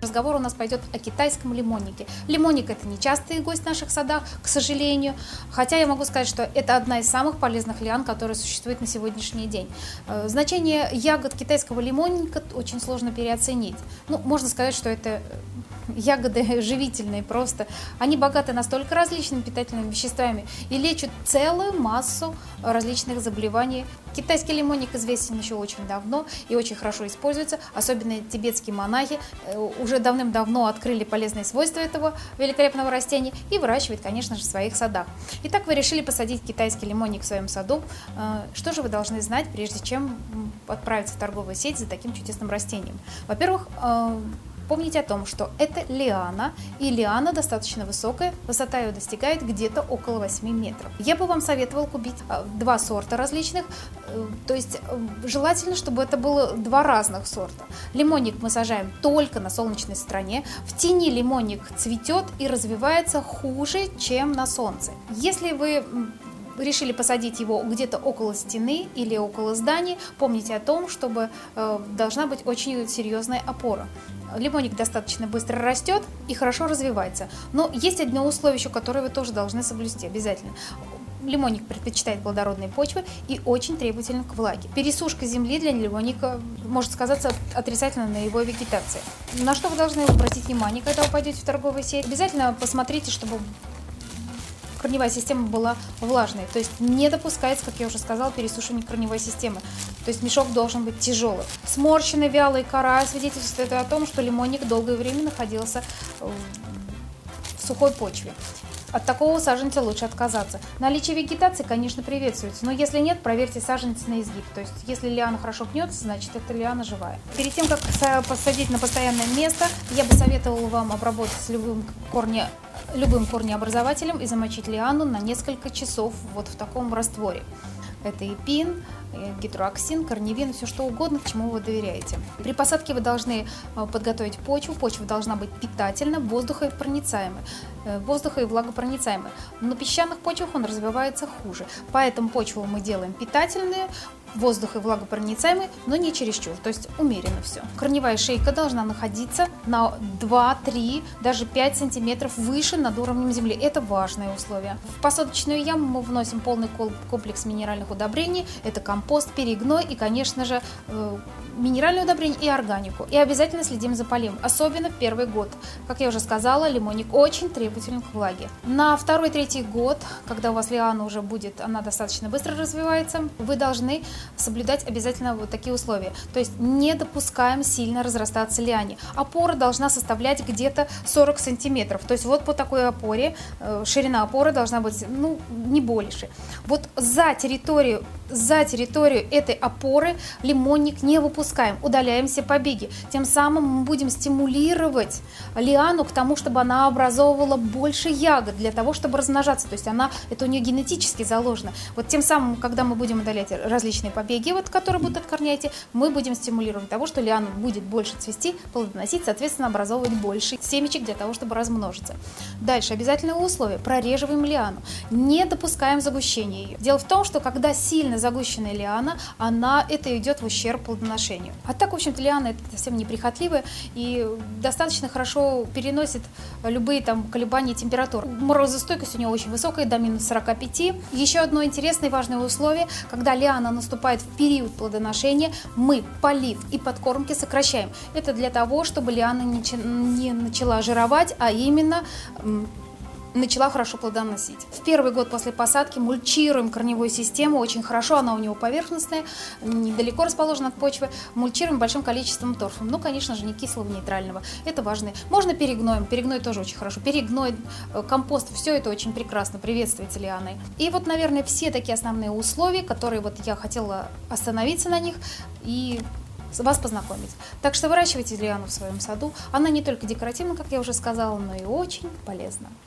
разговор у нас пойдет о китайском лимоннике. Лимонник – это нечастый гость в наших садах, к сожалению, хотя я могу сказать, что это одна из самых полезных лиан, которая существует на сегодняшний день. Значение ягод китайского лимонника очень сложно переоценить. Ну, можно сказать, что это ягоды живительные просто. Они богаты настолько различными питательными веществами и лечат целую массу различных заболеваний. Китайский лимонник известен еще очень давно и очень хорошо используется. Особенно тибетские монахи уже давным-давно открыли полезные свойства этого великолепного растения и выращивают, конечно же, в своих садах. Итак, вы решили посадить китайский лимонник в своем саду. Что же вы должны знать, прежде чем отправиться в торговую сеть за таким чудесным растением? Во-первых, помните о том, что это лиана, и лиана достаточно высокая, высота ее достигает где-то около 8 метров. Я бы вам советовала купить два сорта различных, то есть желательно, чтобы это было два разных сорта. Лимонник мы сажаем только на солнечной стороне, в тени лимонник цветет и развивается хуже, чем на солнце. Если вы решили посадить его где-то около стены или около здания, помните о том, чтобы должна быть очень серьезная опора. Лимонник достаточно быстро растет и хорошо развивается. Но есть одно условие еще, которое вы тоже должны соблюсти обязательно. Лимонник предпочитает плодородные почвы и очень требователен к влаге. Пересушка земли для лимонника может сказаться отрицательно на его вегетации. На что вы должны обратить внимание, когда вы пойдете в торговую сеть? Обязательно посмотрите, чтобы корневая система была влажной, то есть не допускается, как я уже сказала, пересушивание корневой системы. То есть мешок должен быть тяжелый. Сморщенная вялая кора свидетельствует о том, что лимонник долгое время находился в сухой почве. От такого саженца лучше отказаться. Наличие вегетации, конечно, приветствуется, но если нет, проверьте саженец на изгиб. То есть, если лиана хорошо гнется, значит, эта лиана живая. Перед тем, как посадить на постоянное место, я бы советовала вам обработать любым корнеобразователем и замочить лиану на несколько часов вот в таком растворе. Это и пин, гидроаксин, корневин, все что угодно, к чему вы доверяете. При посадке вы должны подготовить почву. Почва должна быть питательна, воздуха и влагопроницаемой. На песчаных почвах он развивается хуже. Поэтому почву мы делаем питательную, воздух и влагопроницаемый, но не чересчур, то есть умеренно все. Корневая шейка должна находиться на 2-3, даже 5 сантиметров выше над уровнем земли. Это важное условие. В посадочную яму мы вносим полный комплекс минеральных удобрений. Это компост, перегной и, конечно же, минеральные удобрения и органику. И обязательно следим за поливом, особенно в первый год. Как я уже сказала, лимонник очень требователен к влаге. На второй-третий год, когда у вас лиана уже будет, она достаточно быстро развивается, вы должны соблюдать обязательно вот такие условия. То есть не допускаем сильно разрастаться лиане. Опора должна составлять где-то 40 сантиметров. То есть вот по такой опоре, ширина опоры должна быть, ну, не больше. Вот за территорию этой опоры лимонник не выпускаем, удаляем все побеги. Тем самым мы будем стимулировать лиану к тому, чтобы она образовывала больше ягод, для того, чтобы размножаться. То есть это у нее генетически заложено. Вот тем самым, когда мы будем удалять различные побеги, вот, которые будут от корней идти, мы будем стимулировать того, что лиана будет больше цвести, плодоносить, соответственно, образовывать больше семечек для того, чтобы размножиться. Дальше обязательное условие: прореживаем лиану, не допускаем загущения ее. Дело в том, что когда сильно загущенная лиана, это идет в ущерб плодоношению. А так, в общем-то, лиана это совсем неприхотливая и достаточно хорошо переносит любые там колебания температур. Морозостойкость у нее очень высокая, до минус 45. Еще одно интересное и важное условие: когда лиана наступает в период плодоношения, мы полив и подкормки сокращаем. Это для того, чтобы лиана не начала жировать, а именно начала хорошо плодоносить. В первый год после посадки мульчируем корневую систему очень хорошо, она у него поверхностная, недалеко расположена от почвы, мульчируем большим количеством торфа, ну, конечно же, не кислого, нейтрального, это важно. Можно перегноем, перегной тоже очень хорошо, перегной, компост, все это очень прекрасно, приветствуется лианой. И вот, наверное, все такие основные условия, которые вот я хотела остановиться на них и вас познакомить. Так что выращивайте лиану в своем саду, она не только декоративна, как я уже сказала, но и очень полезна.